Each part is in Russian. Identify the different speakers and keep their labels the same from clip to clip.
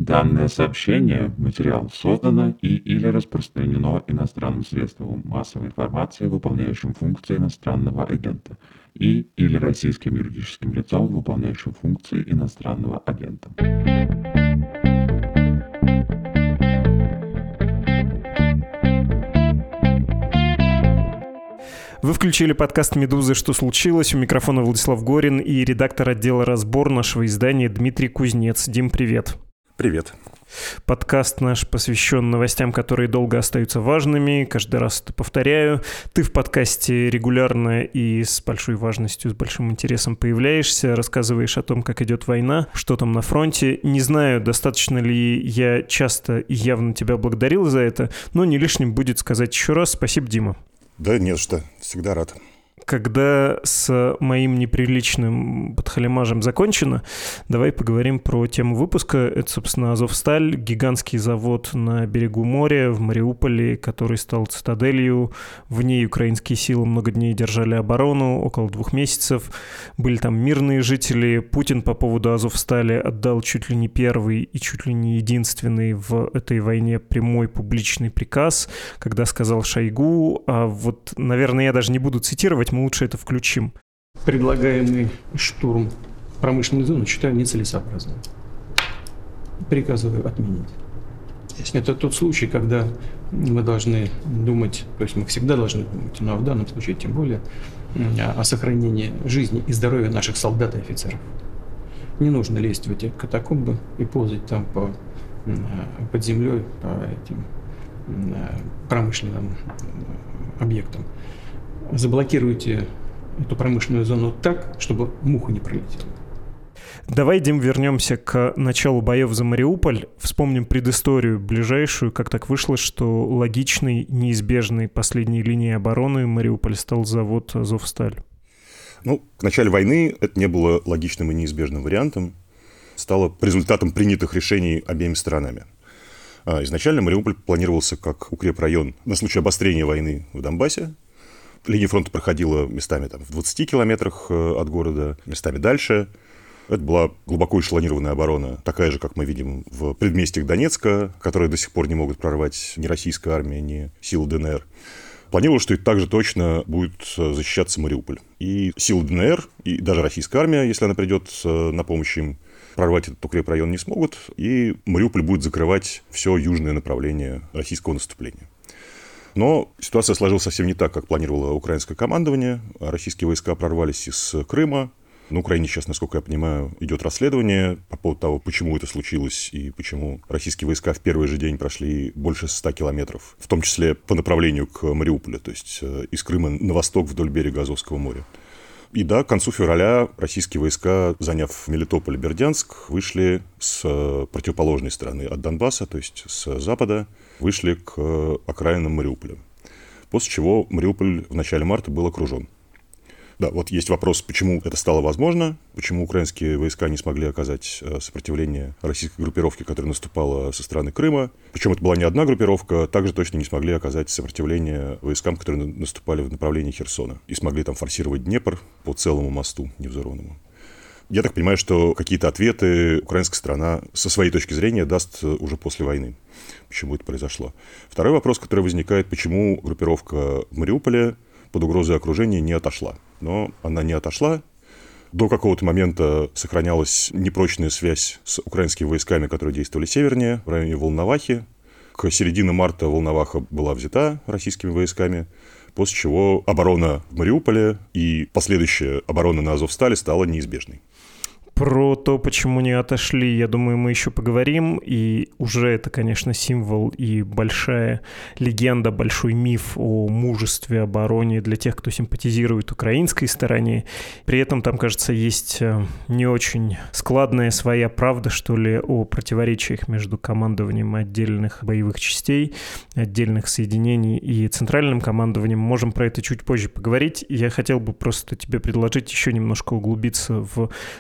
Speaker 1: Данное сообщение, материал создано или распространено иностранным средством массовой информации, выполняющим функции иностранного агента, или российским юридическим лицом, выполняющим функции иностранного агента.
Speaker 2: Вы включили подкаст «Медузы. Что случилось?» У микрофона Владислав Горин и редактор отдела «Разбор» нашего издания Дмитрий Кузнец. Дим, привет.
Speaker 3: Привет.
Speaker 2: Подкаст наш посвящен новостям, которые долго остаются важными. Каждый раз это повторяю. Ты в подкасте регулярно и с большой важностью, с большим интересом появляешься, рассказываешь о том, как идет война, что там на фронте. Не знаю, достаточно ли я часто и явно тебя благодарил за это, но не лишним будет сказать еще раз спасибо, Дима.
Speaker 3: Да нет, что, всегда рад.
Speaker 2: Когда с моим неприличным подхалимажем закончено, давай поговорим про тему выпуска. Это, собственно, Азовсталь, гигантский завод на берегу моря в Мариуполе, который стал цитаделью. В ней украинские силы много дней держали оборону, около 2 месяцев. Были там мирные жители. Путин по поводу Азовстали отдал чуть ли не первый и чуть ли не единственный в этой войне прямой публичный приказ, когда сказал Шойгу, а вот, наверное, я даже не буду цитировать, мы лучше это включим.
Speaker 4: Предлагаемый штурм промышленной зоны считаю нецелесообразным. Приказываю отменить. Это тот случай, когда мы должны думать, то есть мы всегда должны думать, но в данном случае тем более, о сохранении жизни и здоровья наших солдат и офицеров. Не нужно лезть в эти катакомбы и ползать там под землей по этим промышленным объектам. Заблокируйте эту промышленную зону так, чтобы муха не пролетела.
Speaker 2: Давай, Дим, вернемся к началу боев за Мариуполь. Вспомним предысторию ближайшую, как так вышло, что логичной, неизбежной последней линией обороны Мариуполь стал завод «Азовсталь».
Speaker 3: К началу войны это не было логичным и неизбежным вариантом. Стало результатом принятых решений обеими сторонами. Изначально Мариуполь планировался как укрепрайон на случай обострения войны в Донбассе. Линия фронта проходила местами в 20 километрах от города, местами дальше. Это была глубоко эшелонированная оборона, такая же, как мы видим в предместьях Донецка, которые до сих пор не могут прорвать ни российская армия, ни силы ДНР. Планировалось, что и так же точно будет защищаться Мариуполь. И силы ДНР, и даже российская армия, если она придет на помощь им, прорвать этот укрепрайон не смогут, и Мариуполь будет закрывать все южное направление российского наступления. Но ситуация сложилась совсем не так, как планировало украинское командование. Российские войска прорвались из Крыма. На Украине сейчас, насколько я понимаю, идет расследование по поводу того, почему это случилось и почему российские войска в первый же день прошли больше 100 километров, в том числе по направлению к Мариуполю, то есть из Крыма на восток вдоль берега Азовского моря. И да, к концу февраля российские войска, заняв Мелитополь и Бердянск, вышли с противоположной стороны от Донбасса, то есть с запада, вышли к окраинам Мариуполя. После чего Мариуполь в начале марта был окружен. Да, вот есть вопрос, почему это стало возможно, почему украинские войска не смогли оказать сопротивление российской группировке, которая наступала со стороны Крыма. Причем это была не одна группировка, также точно не смогли оказать сопротивление войскам, которые наступали в направлении Херсона и смогли там форсировать Днепр по целому мосту невзорванному. Я так понимаю, что какие-то ответы украинская сторона со своей точки зрения даст уже после войны. Почему это произошло? Второй вопрос, который возникает, почему группировка в Мариуполе под угрозой окружения не отошла. Но она не отошла. До какого-то момента сохранялась непрочная связь с украинскими войсками, которые действовали севернее, в районе Волновахи. К середине марта Волноваха была взята российскими войсками, после чего оборона в Мариуполе и последующая оборона на Азовстале стала неизбежной.
Speaker 2: Про то, почему не отошли, я думаю, мы еще поговорим. И уже это, конечно, символ и большая легенда, большой миф о мужестве, обороне для тех, кто симпатизирует украинской стороне. При этом там, кажется, есть не очень складная своя правда, что ли, о противоречиях между командованием отдельных боевых частей, отдельных соединений и центральным командованием. Можем про это чуть позже поговорить. Я хотел бы просто тебе предложить еще немножко углубиться в историю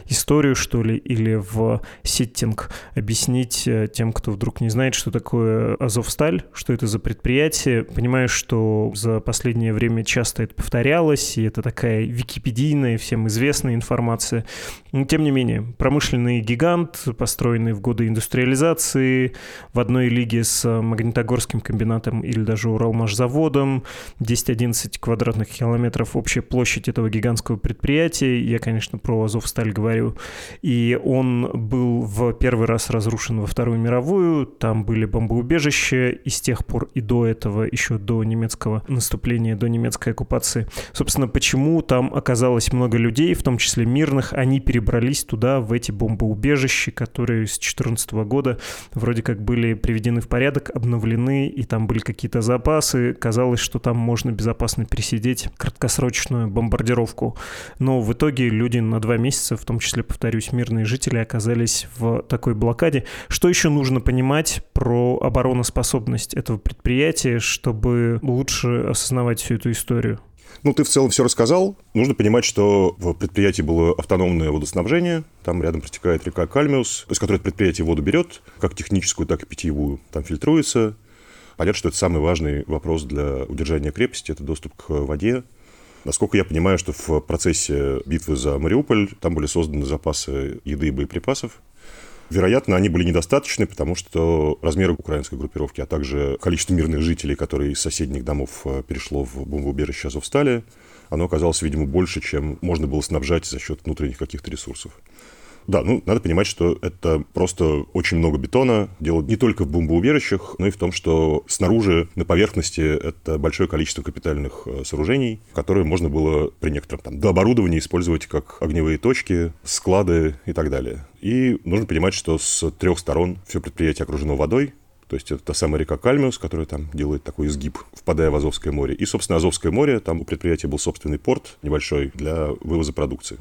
Speaker 2: историю, что ли, или в сеттинг, объяснить тем, кто вдруг не знает, что такое Азовсталь, что это за предприятие. Понимаю, что за последнее время часто это повторялось, и это такая википедийная, всем известная информация. Но, тем не менее, промышленный гигант, построенный в годы индустриализации, в одной лиге с Магнитогорским комбинатом или даже Уралмашзаводом, 10-11 квадратных километров общая площадь этого гигантского предприятия. Я, конечно, про Азовсталь говорю. И он был в первый раз разрушен во Вторую мировую. Там были бомбоубежища, и с тех пор и до этого, еще до немецкого наступления, до немецкой оккупации. Собственно, почему там оказалось много людей, в том числе мирных, они перебрались туда, в эти бомбоубежища, которые с 2014 года вроде как были приведены в порядок, обновлены, и там были какие-то запасы. Казалось, что там можно безопасно пересидеть краткосрочную бомбардировку. Но в итоге люди на 2 месяца, в том числе, повторюсь, мирные жители, оказались в такой блокаде. Что еще нужно понимать про обороноспособность этого предприятия, чтобы лучше осознавать всю эту историю?
Speaker 3: Ну, ты в целом все рассказал. Нужно понимать, что в предприятии было автономное водоснабжение. Там рядом протекает река Кальмиус, из которой предприятие воду берет, как техническую, так и питьевую. Там фильтруется. Понятно, что это самый важный вопрос для удержания крепости – это доступ к воде. Насколько я понимаю, что в процессе битвы за Мариуполь там были созданы запасы еды и боеприпасов. Вероятно, они были недостаточны, потому что размеры украинской группировки, а также количество мирных жителей, которые из соседних домов перешло в бомбоубежище Азовстали, оно оказалось, видимо, больше, чем можно было снабжать за счет внутренних каких-то ресурсов. Да, надо понимать, что это просто очень много бетона. Дело не только в бомбоубежищах, но и в том, что снаружи, на поверхности, это большое количество капитальных сооружений, которые можно было при некотором дооборудовании использовать как огневые точки, склады и так далее. И нужно понимать, что с 3 сторон все предприятие окружено водой. То есть это та самая река Кальмиус, которая там делает такой изгиб, впадая в Азовское море. И, собственно, Азовское море, там у предприятия был собственный порт небольшой для вывоза продукции.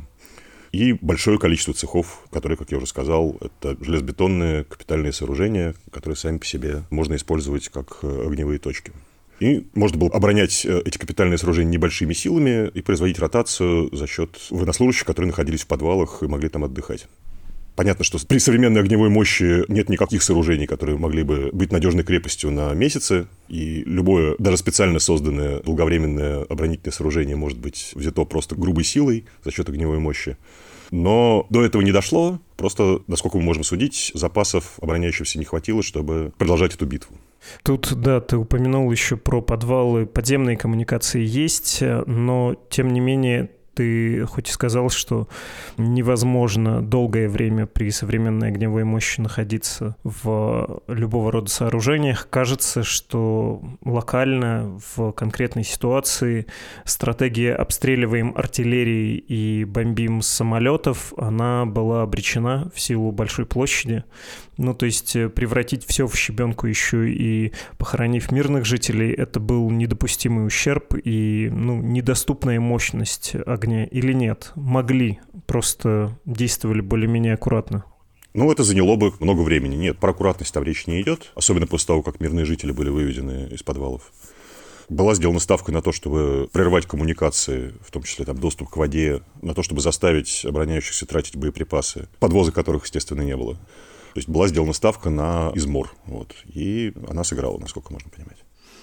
Speaker 3: И большое количество цехов, которые, как я уже сказал, это железобетонные капитальные сооружения, которые сами по себе можно использовать как огневые точки. И можно было оборонять эти капитальные сооружения небольшими силами и производить ротацию за счет военнослужащих, которые находились в подвалах и могли там отдыхать. Понятно, что при современной огневой мощи нет никаких сооружений, которые могли бы быть надежной крепостью на месяцы, и любое, даже специально созданное долговременное оборонительное сооружение может быть взято просто грубой силой за счет огневой мощи. Но до этого не дошло, просто, насколько мы можем судить, запасов обороняющихся не хватило, чтобы продолжать эту битву.
Speaker 2: Тут, да, ты упомянул еще про подвалы, подземные коммуникации есть, но, тем не менее, ты хоть и сказал, что невозможно долгое время при современной огневой мощи находиться в любого рода сооружениях, кажется, что локально в конкретной ситуации стратегия «обстреливаем артиллерией и бомбим с самолетов», она была обречена в силу большой площади. То есть превратить все в щебенку еще и похоронив мирных жителей, это был недопустимый ущерб и недоступная мощность огня или нет? Могли, просто действовали более-менее аккуратно.
Speaker 3: Это заняло бы много времени. Нет, про аккуратность там речь не идет, особенно после того, как мирные жители были выведены из подвалов. Была сделана ставка на то, чтобы прервать коммуникации, в том числе доступ к воде, на то, чтобы заставить обороняющихся тратить боеприпасы, подвоза которых, естественно, не было. То есть была сделана ставка на измор, и она сыграла, насколько можно понимать.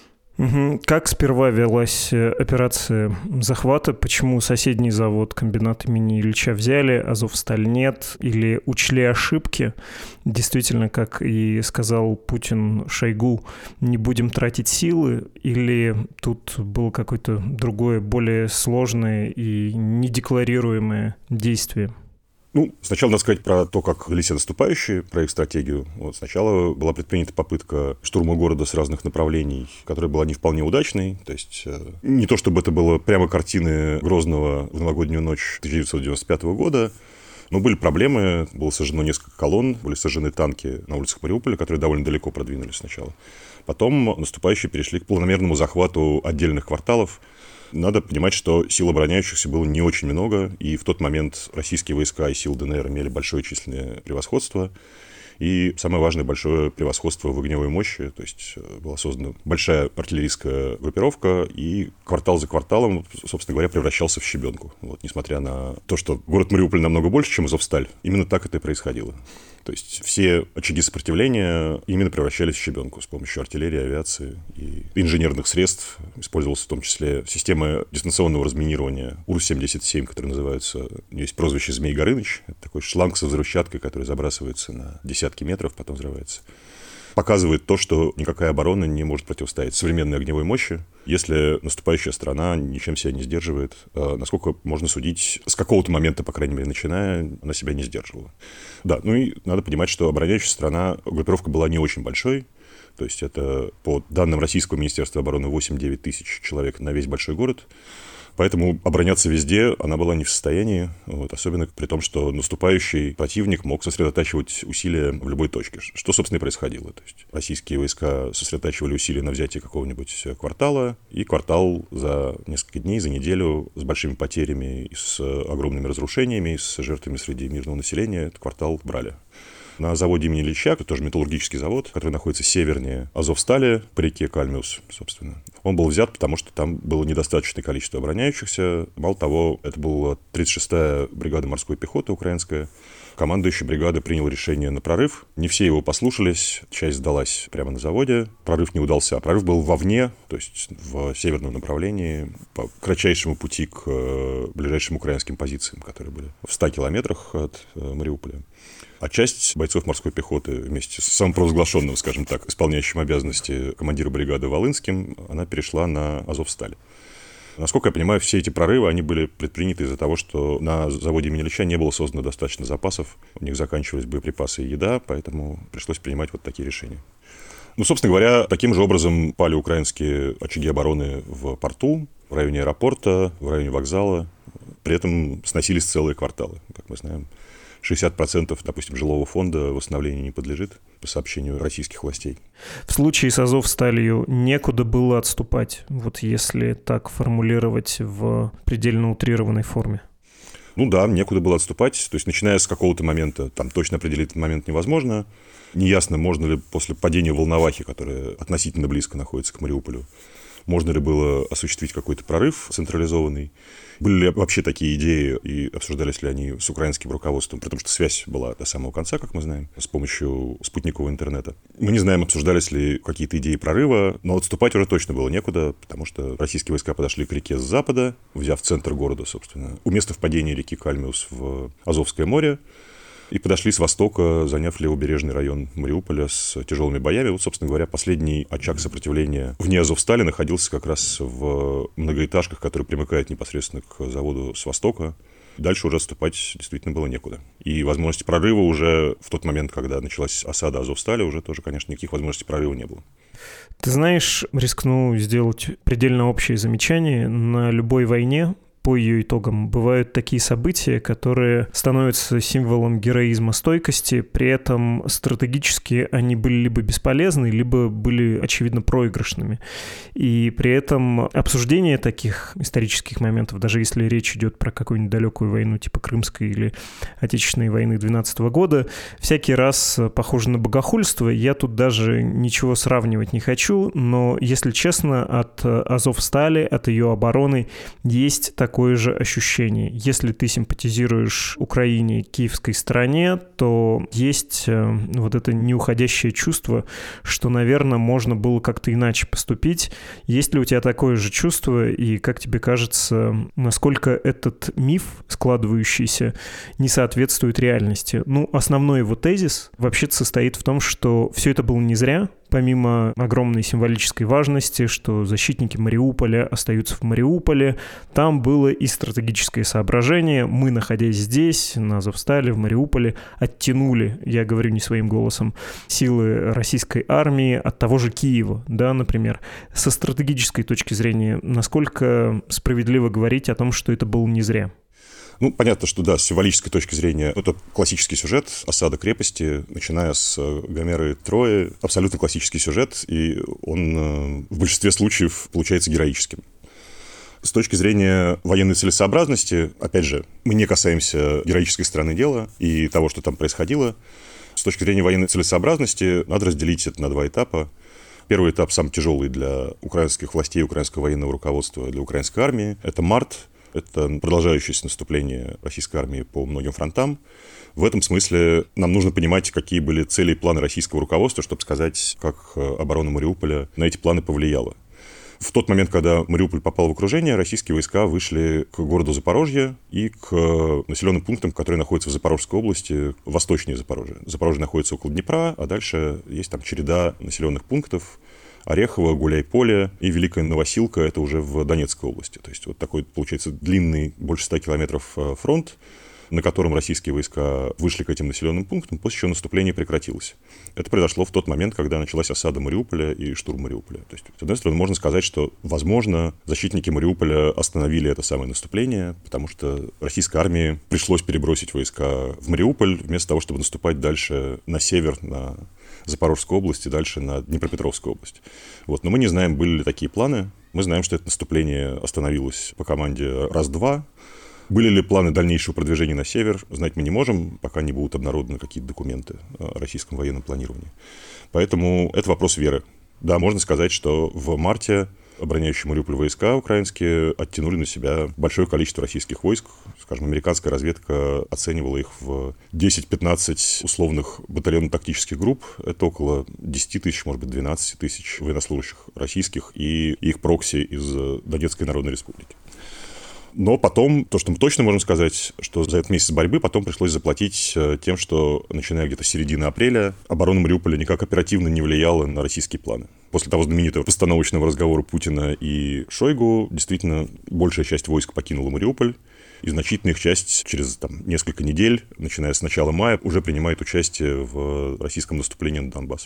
Speaker 2: Как сперва велась операция захвата? Почему соседний завод, комбинат имени Ильича взяли, Азовсталь нет? Или учли ошибки? Действительно, как и сказал Путин Шойгу, не будем тратить силы? Или тут было какое-то другое, более сложное и недекларируемое действие?
Speaker 3: Сначала надо сказать про то, как велись наступающие, про их стратегию. Сначала была предпринята попытка штурма города с разных направлений, которая была не вполне удачной. То есть не то, чтобы это было прямо картины Грозного в новогоднюю ночь 1995 года, но были проблемы. Было сожжено несколько колонн, были сожжены танки на улицах Мариуполя, которые довольно далеко продвинулись сначала. Потом наступающие перешли к планомерному захвату отдельных кварталов. Надо понимать, что сил обороняющихся было не очень много, и в тот момент российские войска и силы ДНР имели большое численное превосходство. И самое важное, большое превосходство в огневой мощи. То есть была создана большая артиллерийская группировка, и квартал за кварталом, собственно говоря, превращался в щебенку. Вот, несмотря на то, что город Мариуполь намного больше, чем Азовсталь, именно так это и происходило. То есть все очаги сопротивления именно превращались в щебенку с помощью артиллерии, авиации и инженерных средств. Использовалась в том числе система дистанционного разминирования УР-77, которая называется... Есть прозвище «Змей Горыныч». Это такой шланг со взрывчаткой, который забрасывается на десятки метров, потом взрывается. Показывает то, что никакая оборона не может противостоять современной огневой мощи, если наступающая страна ничем себя не сдерживает. Насколько можно судить, с какого-то момента, по крайней мере, начиная, она себя не сдерживала. Да, ну и надо понимать, что обороняющая страна, группировка была не очень большой. То есть это, по данным Российского Министерства обороны, 8-9 тысяч человек на весь большой город. Поэтому обороняться везде она была не в состоянии, вот, особенно при том, что наступающий противник мог сосредотачивать усилия в любой точке, что, собственно, и происходило. То есть российские войска сосредотачивали усилия на взятие какого-нибудь квартала, и квартал за несколько дней, за неделю с большими потерями и с огромными разрушениями, и с жертвами среди мирного населения этот квартал брали. На заводе имени Ильича, это тоже металлургический завод, который находится севернее Азовстали, по реке Кальмиус, собственно. Он был взят, потому что там было недостаточное количество обороняющихся. Мало того, это была 36-я бригада морской пехоты украинская. Командующий бригады принял решение на прорыв. Не все его послушались, часть сдалась прямо на заводе. Прорыв не удался. Прорыв был вовне, то есть в северном направлении, по кратчайшему пути к ближайшим украинским позициям, которые были в 100 километрах от Мариуполя. А часть бойцов морской пехоты вместе с самопровозглашенным, скажем так, исполняющим обязанности командира бригады Волынским, она перешла на Азовсталь. Насколько я понимаю, все эти прорывы, они были предприняты из-за того, что на заводе имени Ильича не было создано достаточно запасов, у них заканчивались боеприпасы и еда, поэтому пришлось принимать вот такие решения. Ну, собственно говоря, таким же образом пали украинские очаги обороны в порту, в районе аэропорта, в районе вокзала. При этом сносились целые кварталы, как мы знаем. 60%, допустим, жилого фонда восстановлению не подлежит, по сообщению российских властей.
Speaker 2: В случае с Азовсталью некуда было отступать, вот если так формулировать в предельно утрированной форме.
Speaker 3: Ну да, некуда было отступать. То есть, начиная с какого-то момента, там точно определить этот момент невозможно. Неясно, можно ли после падения Волновахи, которая относительно близко находится к Мариуполю, можно ли было осуществить какой-то прорыв централизованный. Были ли вообще такие идеи и обсуждались ли они с украинским руководством, потому что связь была до самого конца, как мы знаем, с помощью спутникового интернета. Мы не знаем, обсуждались ли какие-то идеи прорыва, но отступать уже точно было некуда, потому что российские войска подошли к реке с запада, взяв центр города, собственно, у места впадения реки Кальмиус в Азовское море, и подошли с востока, заняв левобережный район Мариуполя с тяжелыми боями. Вот, собственно говоря, последний очаг сопротивления вне Азовстали находился как раз в многоэтажках, которые примыкают непосредственно к заводу с востока. Дальше уже отступать действительно было некуда. И возможности прорыва уже в тот момент, когда началась осада Азовстали, уже тоже, конечно, никаких возможностей прорыва не было.
Speaker 2: Ты знаешь, рискну сделать предельно общее замечание. На любой войне по ее итогам бывают такие события, которые становятся символом героизма, стойкости, при этом стратегически они были либо бесполезны, либо были, очевидно, проигрышными. И при этом обсуждение таких исторических моментов, даже если речь идет про какую-нибудь далекую войну типа Крымской или Отечественной войны 12 года, всякий раз похоже на богохульство. Я тут даже ничего сравнивать не хочу, но, если честно, от Азовстали, от ее обороны есть такое же ощущение. Если ты симпатизируешь Украине, киевской стороне, то есть вот это неуходящее чувство, что, наверное, можно было как-то иначе поступить. Есть ли у тебя такое же чувство, и как тебе кажется, насколько этот миф, складывающийся, не соответствует реальности? Ну, основной его тезис вообще-то состоит в том, что все это было не зря, помимо огромной символической важности, что защитники Мариуполя остаются в Мариуполе, там было и стратегическое соображение. Мы, находясь здесь, на Азовстале, в Мариуполе, оттянули, я говорю не своим голосом, силы российской армии от того же Киева, да, например. Со стратегической точки зрения, насколько справедливо говорить о том, что это было не зря?
Speaker 3: Ну, понятно, что да, с символической точки зрения это классический сюжет, осада крепости, начиная с Гомера и Трои. Абсолютно классический сюжет, и он в большинстве случаев получается героическим. С точки зрения военной целесообразности, опять же, мы не касаемся героической стороны дела и того, что там происходило. С точки зрения военной целесообразности надо разделить это на два этапа. Первый этап самый тяжелый для украинских властей, украинского военного руководства, для украинской армии. Это март, это продолжающееся наступление российской армии по многим фронтам. В этом смысле нам нужно понимать, какие были цели и планы российского руководства, чтобы сказать, как оборона Мариуполя на эти планы повлияла. В тот момент, когда Мариуполь попал в окружение, российские войска вышли к городу Запорожье и к населенным пунктам, которые находятся в Запорожской области, восточнее Запорожья. Запорожье находится около Днепра, а дальше есть там череда населенных пунктов. Орехово, Гуляй-Поле и Великая Новосилка – это уже в Донецкой области. То есть вот такой, получается, длинный, больше 100 километров фронт, на котором российские войска вышли к этим населенным пунктам, после чего наступление прекратилось. Это произошло в тот момент, когда началась осада Мариуполя и штурм Мариуполя. То есть, с одной стороны, можно сказать, что, возможно, защитники Мариуполя остановили это самое наступление, потому что российской армии пришлось перебросить войска в Мариуполь, вместо того, чтобы наступать дальше на север, на Запорожскую область и дальше на Днепропетровскую область. Вот. Но мы не знаем, были ли такие планы. Мы знаем, что это наступление остановилось по команде «Раз-два». Были ли планы дальнейшего продвижения на север, знать мы не можем, пока не будут обнародованы какие-то документы о российском военном планировании. Поэтому это вопрос веры. Да, можно сказать, что в марте обороняющие Мариуполь войска украинские оттянули на себя большое количество российских войск. Скажем, американская разведка оценивала их в 10-15 условных батальонно-тактических групп. Это около 10 тысяч, может быть, 12 тысяч военнослужащих российских и их прокси из Донецкой Народной Республики. Но потом, то, что мы точно можем сказать, что за этот месяц борьбы потом пришлось заплатить тем, что, начиная где-то с середины апреля, оборона Мариуполя никак оперативно не влияла на российские планы. После того знаменитого постановочного разговора Путина и Шойгу, действительно, большая часть войск покинула Мариуполь, и значительная их часть через несколько недель, начиная с начала мая, уже принимает участие в российском наступлении на Донбасс.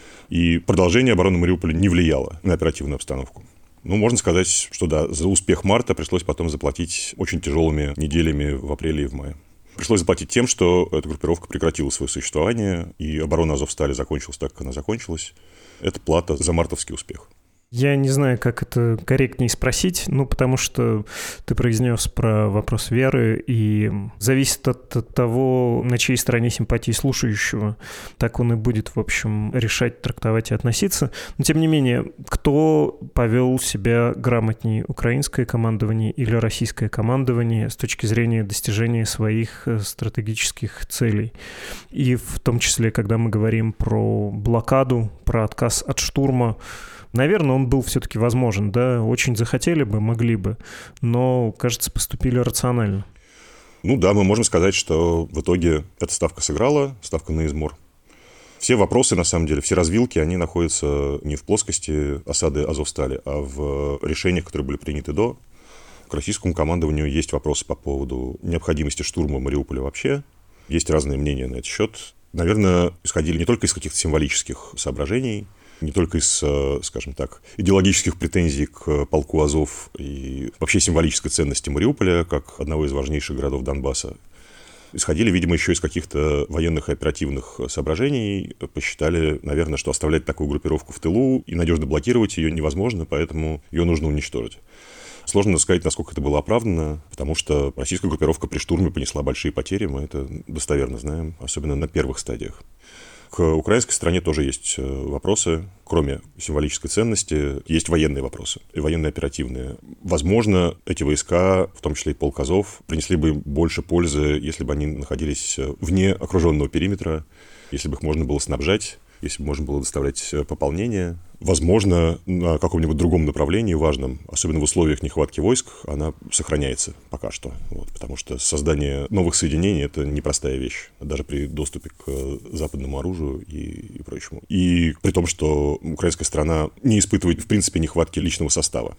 Speaker 3: И продолжение обороны Мариуполя не влияло на оперативную обстановку. Ну, можно сказать, что да, за успех марта пришлось потом заплатить очень тяжелыми неделями в апреле и в мае. Пришлось заплатить тем, что эта группировка прекратила свое существование, и оборона Азовстали закончилась так, как она закончилась. Это плата за мартовский успех.
Speaker 2: Я не знаю, как это корректнее спросить, потому что ты произнес про вопрос веры, и зависит от того, на чьей стороне симпатии слушающего, так он и будет, в общем, решать, трактовать и относиться. Но, тем не менее, кто повел себя грамотнее, украинское командование или российское командование с точки зрения достижения своих стратегических целей? И в том числе, когда мы говорим про блокаду, про отказ от штурма, наверное, он был все-таки возможен, да, очень захотели бы, могли бы, но, кажется, поступили рационально.
Speaker 3: Ну да, мы можем сказать, что в итоге эта ставка сыграла, ставка на измор. Все вопросы, на самом деле, все развилки, они находятся не в плоскости осады Азовстали, а в решениях, которые были приняты до. К российскому командованию есть вопросы по поводу необходимости штурма Мариуполя вообще. Есть разные мнения на этот счет. Наверное, исходили не только из каких-то символических соображений, не только из, скажем так, идеологических претензий к полку Азов и вообще символической ценности Мариуполя, как одного из важнейших городов Донбасса. Исходили, видимо, еще из каких-то военных и оперативных соображений. Посчитали, наверное, что оставлять такую группировку в тылу и надежно блокировать ее невозможно, поэтому ее нужно уничтожить. Сложно сказать, насколько это было оправдано, потому что российская группировка при штурме понесла большие потери, мы это достоверно знаем, особенно на первых стадиях. К украинской стороне тоже есть вопросы, кроме символической ценности, есть военные вопросы, и военные оперативные. Возможно, эти войска, в том числе и полк Азов, принесли бы больше пользы, если бы они находились вне окруженного периметра, если бы их можно было снабжать, если бы можно было доставлять пополнение. Возможно, на каком-нибудь другом направлении важном, особенно в условиях нехватки войск, она сохраняется пока что. Потому что создание новых соединений – это непростая вещь, даже при доступе к западному оружию и прочему. И при том, что украинская сторона не испытывает, в принципе, нехватки личного состава.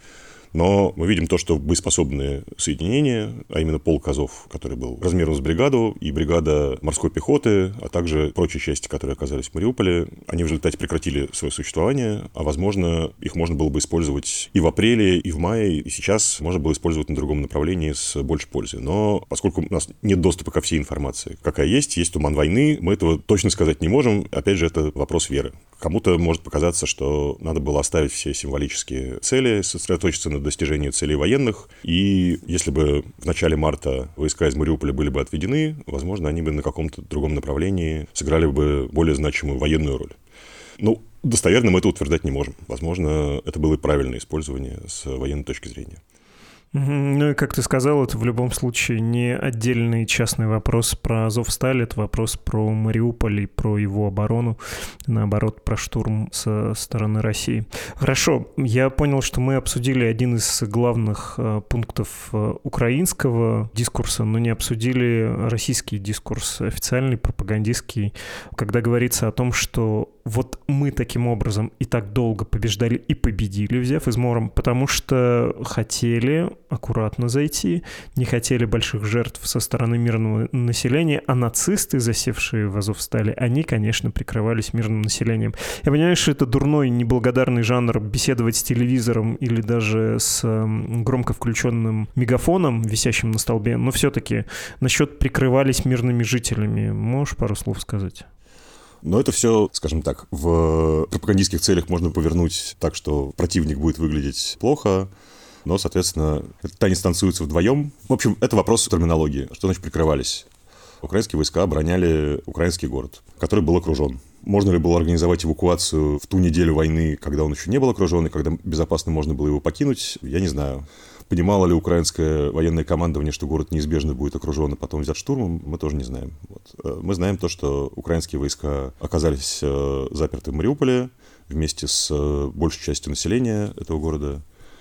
Speaker 3: Но мы видим то, что боеспособные соединения, а именно полк Азов, который был размером с бригаду, и бригада морской пехоты, а также прочие части, которые оказались в Мариуполе, они в результате прекратили свое существование, а, возможно, их можно было бы использовать и в апреле, и в мае, и сейчас можно было использовать на другом направлении с большей пользой. Но поскольку у нас нет доступа ко всей информации, какая есть туман войны, мы этого точно сказать не можем. Опять же, это вопрос веры. Кому-то может показаться, что надо было оставить все символические цели, сосредоточиться на достижении целей военных, и если бы в начале марта войска из Мариуполя были бы отведены, возможно, они бы на каком-то другом направлении сыграли бы более значимую военную роль. Ну, достоверно мы это утверждать не можем. Возможно, это было и правильное использование с военной точки зрения.
Speaker 2: Ну и, как ты сказал, это в любом случае не отдельный частный вопрос про Азовсталь, это вопрос про Мариуполь и про его оборону, наоборот, про штурм со стороны России. Хорошо, я понял, что мы обсудили один из главных пунктов украинского дискурса, но не обсудили российский дискурс, официальный, пропагандистский, когда говорится о том, что вот мы таким образом и так долго побеждали и победили, взяв измором, потому что хотели аккуратно зайти, не хотели больших жертв со стороны мирного населения, а нацисты, засевшие в Азовстале, они, конечно, прикрывались мирным населением. Я понимаю, что это дурной, неблагодарный жанр беседовать с телевизором или даже с громко включенным мегафоном, висящим на столбе, но все-таки насчет прикрывались мирными жителями. Можешь пару слов сказать?
Speaker 3: Но это все, скажем так, в пропагандистских целях можно повернуть так, что противник будет выглядеть плохо, но, соответственно, этот танец танцуется вдвоем. В общем, это вопрос терминологии. Что значит прикрывались? Украинские войска обороняли украинский город, который был окружен. Можно ли было организовать эвакуацию в ту неделю войны, когда он еще не был окружен, и когда безопасно можно было его покинуть? Я не знаю. Понимало ли украинское военное командование, что город неизбежно будет окружен и потом взят штурмом, мы тоже не знаем. Вот. Мы знаем то, что украинские войска оказались заперты в Мариуполе вместе с большей частью населения этого города,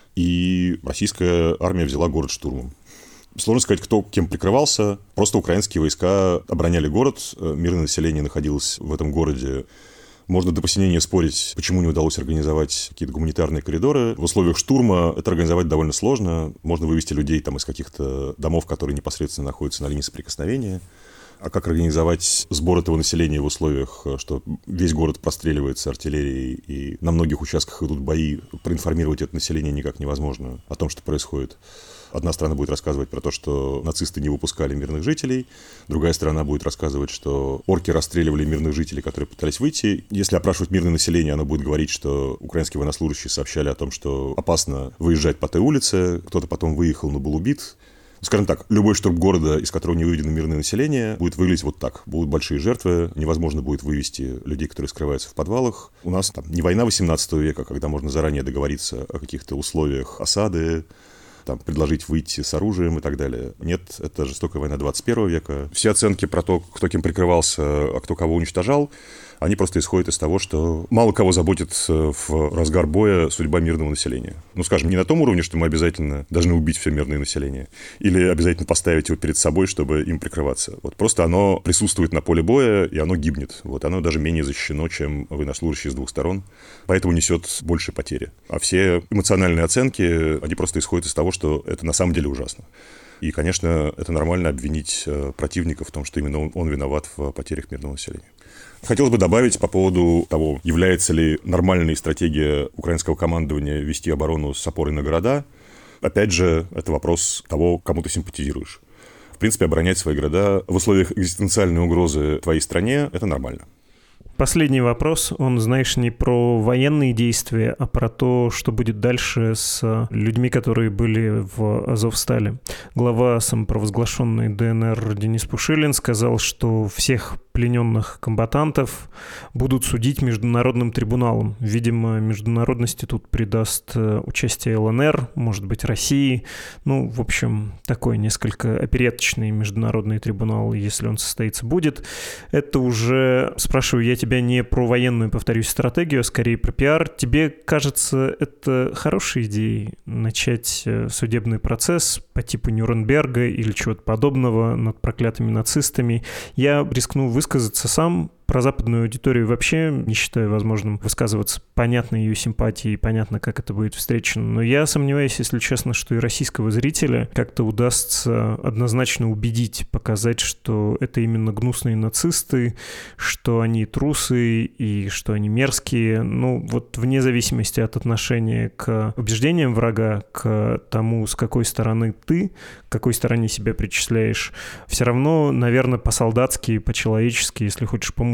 Speaker 3: и российская армия взяла город штурмом. Сложно сказать, кто кем прикрывался. Просто украинские войска обороняли город, мирное население находилось в этом городе. Можно до посинения спорить, почему не удалось организовать какие-то гуманитарные коридоры. В условиях штурма это организовать довольно сложно. Можно вывести людей там из каких-то домов, которые непосредственно находятся на линии соприкосновения. А как организовать сбор этого населения в условиях, что весь город простреливается артиллерией и на многих участках идут бои, проинформировать это население никак невозможно о том, что происходит. Одна сторона будет рассказывать про то, что нацисты не выпускали мирных жителей, другая сторона будет рассказывать, что орки расстреливали мирных жителей, которые пытались выйти. Если опрашивать мирное население, оно будет говорить, что украинские военнослужащие сообщали о том, что опасно выезжать по той улице, кто-то потом выехал, но был убит. Скажем так, любой штурм города, из которого не выведено мирное население, будет выглядеть вот так. Будут большие жертвы, невозможно будет вывести людей, которые скрываются в подвалах. У нас там не война 18 века, когда можно заранее договориться о каких-то условиях осады, там, предложить выйти с оружием и так далее. Нет, это жестокая война 21 века. Все оценки про то, кто кем прикрывался, а кто кого уничтожал, они просто исходят из того, что мало кого заботит в разгар боя судьба мирного населения. Ну, скажем, не на том уровне, что мы обязательно должны убить все мирное население, или обязательно поставить его перед собой, чтобы им прикрываться. Вот просто оно присутствует на поле боя, и оно гибнет. Вот оно даже менее защищено, чем военнослужащие с двух сторон, поэтому несет больше потери. А все эмоциональные оценки, они просто исходят из того, что это на самом деле ужасно. И, конечно, это нормально обвинить противника в том, что именно он виноват в потерях мирного населения. Хотелось бы добавить по поводу того, является ли нормальной стратегия украинского командования вести оборону с опорой на города. Опять же, это вопрос того, кому ты симпатизируешь. В принципе, оборонять свои города в условиях экзистенциальной угрозы твоей стране – это нормально.
Speaker 2: Последний вопрос, он, знаешь, не про военные действия, а про то, что будет дальше с людьми, которые были в Азовстале. Глава самопровозглашенной ДНР Денис Пушилин сказал, что всех плененных комбатантов будут судить международным трибуналом. Видимо, международности тут придаст участие ЛНР, может быть, России. Ну, в общем, такой несколько опереточный международный трибунал, если он состоится, будет. Это уже, спрашиваю я тебя не про военную, повторюсь, стратегию, а скорее про пиар. Тебе кажется, это хорошей идеей начать судебный процесс по типу Нюрнберга или чего-то подобного над проклятыми нацистами? Я рискну высказаться сам. Про западную аудиторию вообще не считаю возможным высказываться. Понятно ее симпатии, понятно, как это будет встречено. Но я сомневаюсь, если честно, что и российского зрителя как-то удастся однозначно убедить, показать, что это именно гнусные нацисты, что они трусы и что они мерзкие. Ну, вот вне зависимости от отношения к убеждениям врага, к тому, с какой стороны ты, к какой стороне себя причисляешь, все равно, наверное, по-солдатски, по-человечески, если хочешь, по-мужски,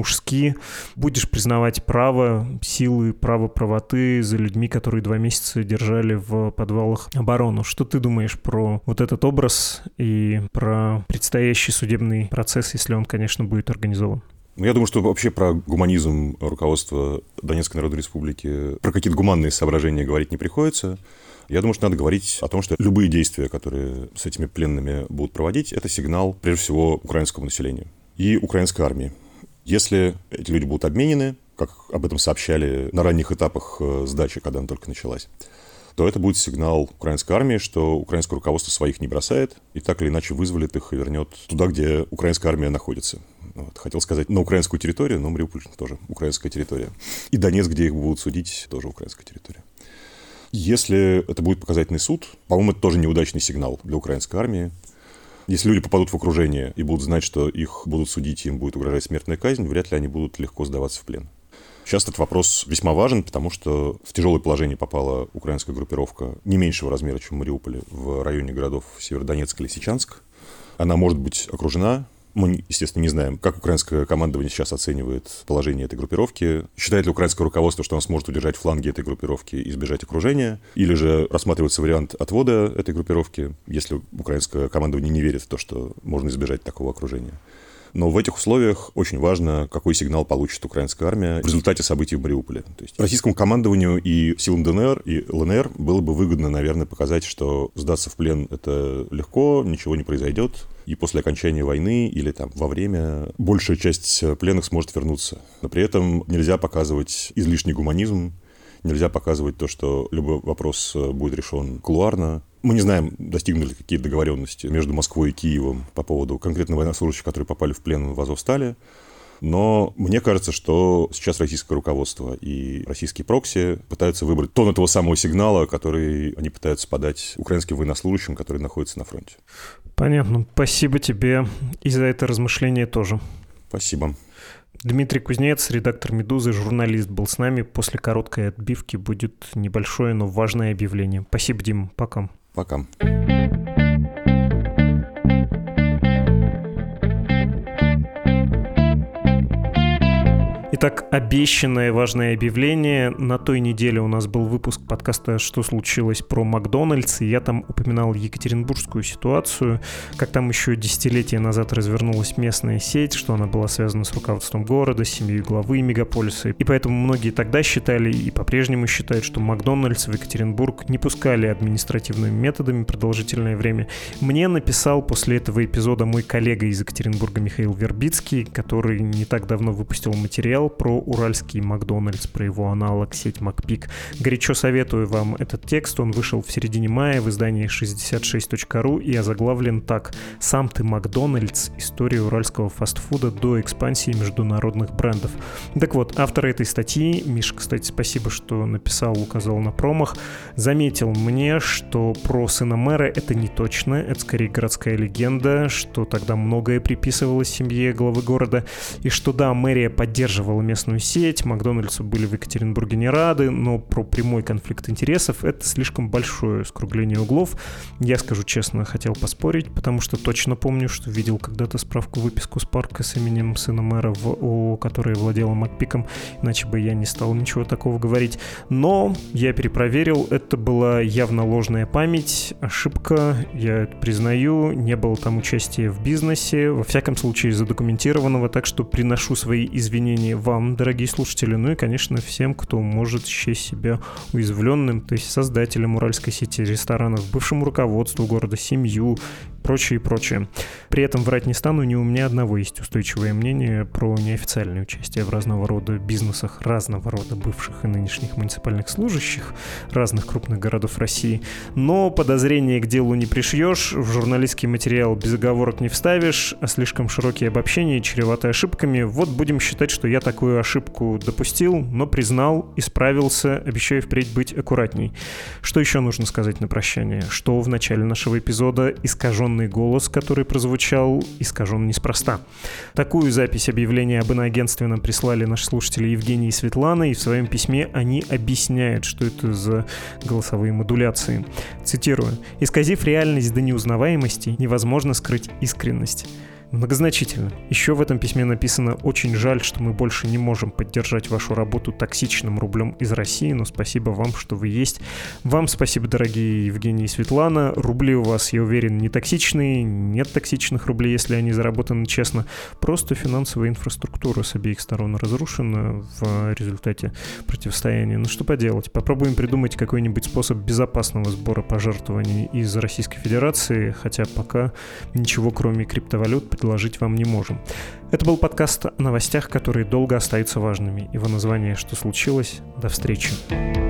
Speaker 2: по-мужски, будешь признавать право силы, право правоты за людьми, которые 2 месяца держали в подвалах оборону. Что ты думаешь про вот этот образ и про предстоящий судебный процесс, если он, конечно, будет организован?
Speaker 3: Я думаю, что вообще про гуманизм руководства Донецкой Народной Республики, про какие-то гуманные соображения говорить не приходится. Я думаю, что надо говорить о том, что любые действия, которые с этими пленными будут проводить, это сигнал, прежде всего, украинскому населению и украинской армии. Если эти люди будут обменены, как об этом сообщали на ранних этапах сдачи, когда она только началась, то это будет сигнал украинской армии, что украинское руководство своих не бросает и так или иначе вызволит их и вернет туда, где украинская армия находится. Хотел сказать, на украинскую территорию, но Мариуполь тоже украинская территория. И Донецк, где их будут судить, тоже украинская территория. Если это будет показательный суд, по-моему, это тоже неудачный сигнал для украинской армии. Если люди попадут в окружение и будут знать, что их будут судить, им будет угрожать смертная казнь, вряд ли они будут легко сдаваться в плен. Сейчас этот вопрос весьма важен, потому что в тяжелое положение попала украинская группировка не меньшего размера, чем в Мариуполе, в районе городов Северодонецк и Лисичанск. Она может быть окружена. Мы, естественно, не знаем, как украинское командование сейчас оценивает положение этой группировки. Считает ли украинское руководство, что оно сможет удержать фланги этой группировки и избежать окружения? Или же рассматривается вариант отвода этой группировки, если украинское командование не верит в то, что можно избежать такого окружения? Но в этих условиях очень важно, какой сигнал получит украинская армия в результате событий в Мариуполе. То есть российскому командованию и силам ДНР и ЛНР было бы выгодно, наверное, показать, что сдаться в плен – это легко, ничего не произойдет, и после окончания войны или там во время большая часть пленных сможет вернуться. Но при этом нельзя показывать излишний гуманизм, нельзя показывать то, что любой вопрос будет решен кулуарно. Мы не знаем, достигнули какие-то договоренности между Москвой и Киевом по поводу конкретно военнослужащих, которые попали в плен в Азовстале. Но мне кажется, что сейчас российское руководство и российские прокси пытаются выбрать тон этого самого сигнала, который они пытаются подать украинским военнослужащим, которые находятся на фронте.
Speaker 2: Понятно. Спасибо тебе и за это размышление тоже.
Speaker 3: Спасибо.
Speaker 2: Дмитрий Кузнец, редактор «Медузы», журналист, был с нами. После короткой отбивки будет небольшое, но важное объявление. Спасибо, Дим. Пока.
Speaker 3: Пока.
Speaker 2: Итак, обещанное важное объявление. На той неделе у нас был выпуск подкаста «Что случилось?» про Макдональдс, и я там упоминал екатеринбургскую ситуацию, как там еще десятилетия назад развернулась местная сеть, что она была связана с руководством города, с семьей главы мегаполиса. И поэтому многие тогда считали и по-прежнему считают, что Макдональдс в Екатеринбург не пускали административными методами продолжительное время. Мне написал после этого эпизода мой коллега из Екатеринбурга Михаил Вербицкий, который не так давно выпустил материал про уральский Макдональдс, про его аналог сеть Макпик. Горячо советую вам этот текст, он вышел в середине мая в издании 66.ru и озаглавлен так: «Сам ты Макдональдс. История уральского фастфуда до экспансии международных брендов». Так вот, автор этой статьи, Миша, кстати, спасибо, что написал, указал на промах, заметил мне, что про сына мэра это не точно, это скорее городская легенда, что тогда многое приписывалось семье главы города, и что да, мэрия поддерживала местную сеть, Макдональдсу были в Екатеринбурге не рады, но про прямой конфликт интересов это слишком большое скругление углов. Я, скажу честно, хотел поспорить, потому что точно помню, что видел когда-то справку-выписку с парка с именем сына мэра в ООО, которая владела Макпиком, иначе бы я не стал ничего такого говорить. Но я перепроверил, это была явно ложная память, ошибка, я это признаю, не было там участия в бизнесе, во всяком случае задокументированного, так что приношу свои извинения вам, дорогие слушатели, ну и, конечно, всем, кто может счесть себя уязвленным, то есть создателям уральской сети ресторанов, бывшему руководству города, семью, прочее и прочее. При этом врать не стану, не у меня одного есть устойчивое мнение про неофициальное участие в разного рода бизнесах разного рода бывших и нынешних муниципальных служащих разных крупных городов России. Но подозрение к делу не пришьешь, в журналистский материал без оговорок не вставишь, а слишком широкие обобщения чреваты ошибками. Вот будем считать, что я такую ошибку допустил, но признал, исправился, обещаю впредь быть аккуратней. Что еще нужно сказать на прощание? Что в начале нашего эпизода искаженный голос, который прозвучал, искажен неспроста. Такую запись объявления об иноагентстве нам прислали наши слушатели Евгений и Светлана, и в своем письме они объясняют, что это за голосовые модуляции. Цитирую: «Исказив реальность до неузнаваемости, невозможно скрыть искренность». Многозначительно. Еще в этом письме написано: «Очень жаль, что мы больше не можем поддержать вашу работу токсичным рублем из России, но спасибо вам, что вы есть». Вам спасибо, дорогие Евгений и Светлана. Рубли у вас, я уверен, не токсичные, нет токсичных рублей, если они заработаны честно. Просто финансовая инфраструктура с обеих сторон разрушена в результате противостояния. Ну что поделать? Попробуем придумать какой-нибудь способ безопасного сбора пожертвований из Российской Федерации, хотя пока ничего кроме криптовалют предложить вам не можем. Это был подкаст о новостях, которые долго остаются важными. Его название «Что случилось?». До встречи.